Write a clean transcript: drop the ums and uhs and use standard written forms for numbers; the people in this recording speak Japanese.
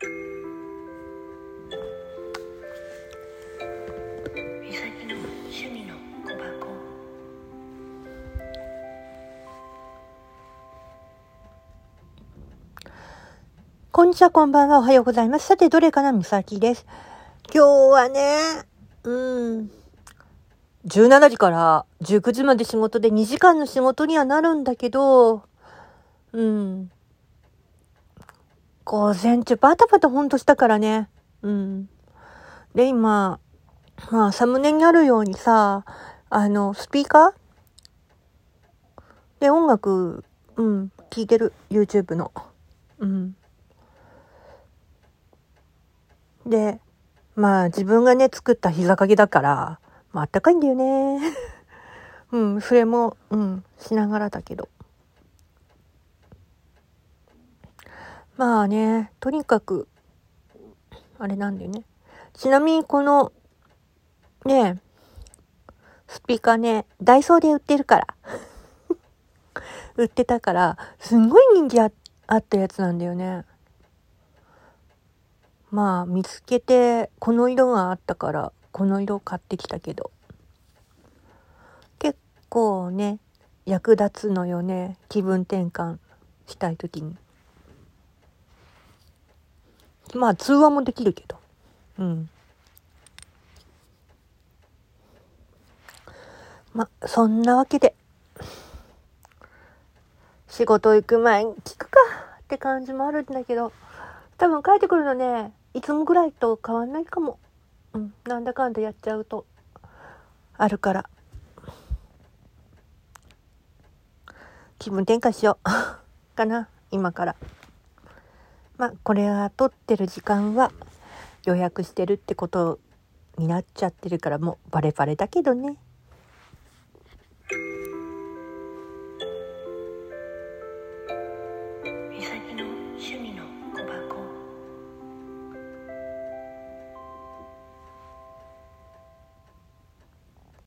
みさきの趣味の小箱。こんにちは、こんばんは、おはようございます。さて、どれかな、みさきです。今日はね、17時から19時まで仕事で2時間の仕事にはなるんだけど、午前中バタバタほんとしたからね。で、今、サムネにあるようにさ、スピーカーで音楽、聴いてる。YouTube の。で、自分がね、作った膝掛けだから、あったかいんだよね。それも、しながらだけど。とにかく、あれなんだよね。ちなみにこの、ね、スピーカーね、ダイソーで売ってるから。売ってたから、すんごい人気あったやつなんだよね。見つけて、この色があったから、この色買ってきたけど。結構ね、役立つのよね。気分転換したいときに。通話もできるけど。そんなわけで、仕事行く前に聞くかって感じもあるんだけど、多分帰ってくるのね、いつもぐらいと変わんないかも。なんだかんだやっちゃうと、あるから。気分転換しよう。かな、今から。これは撮ってる時間は予約してるってことになっちゃってるから、もうバレバレだけどね。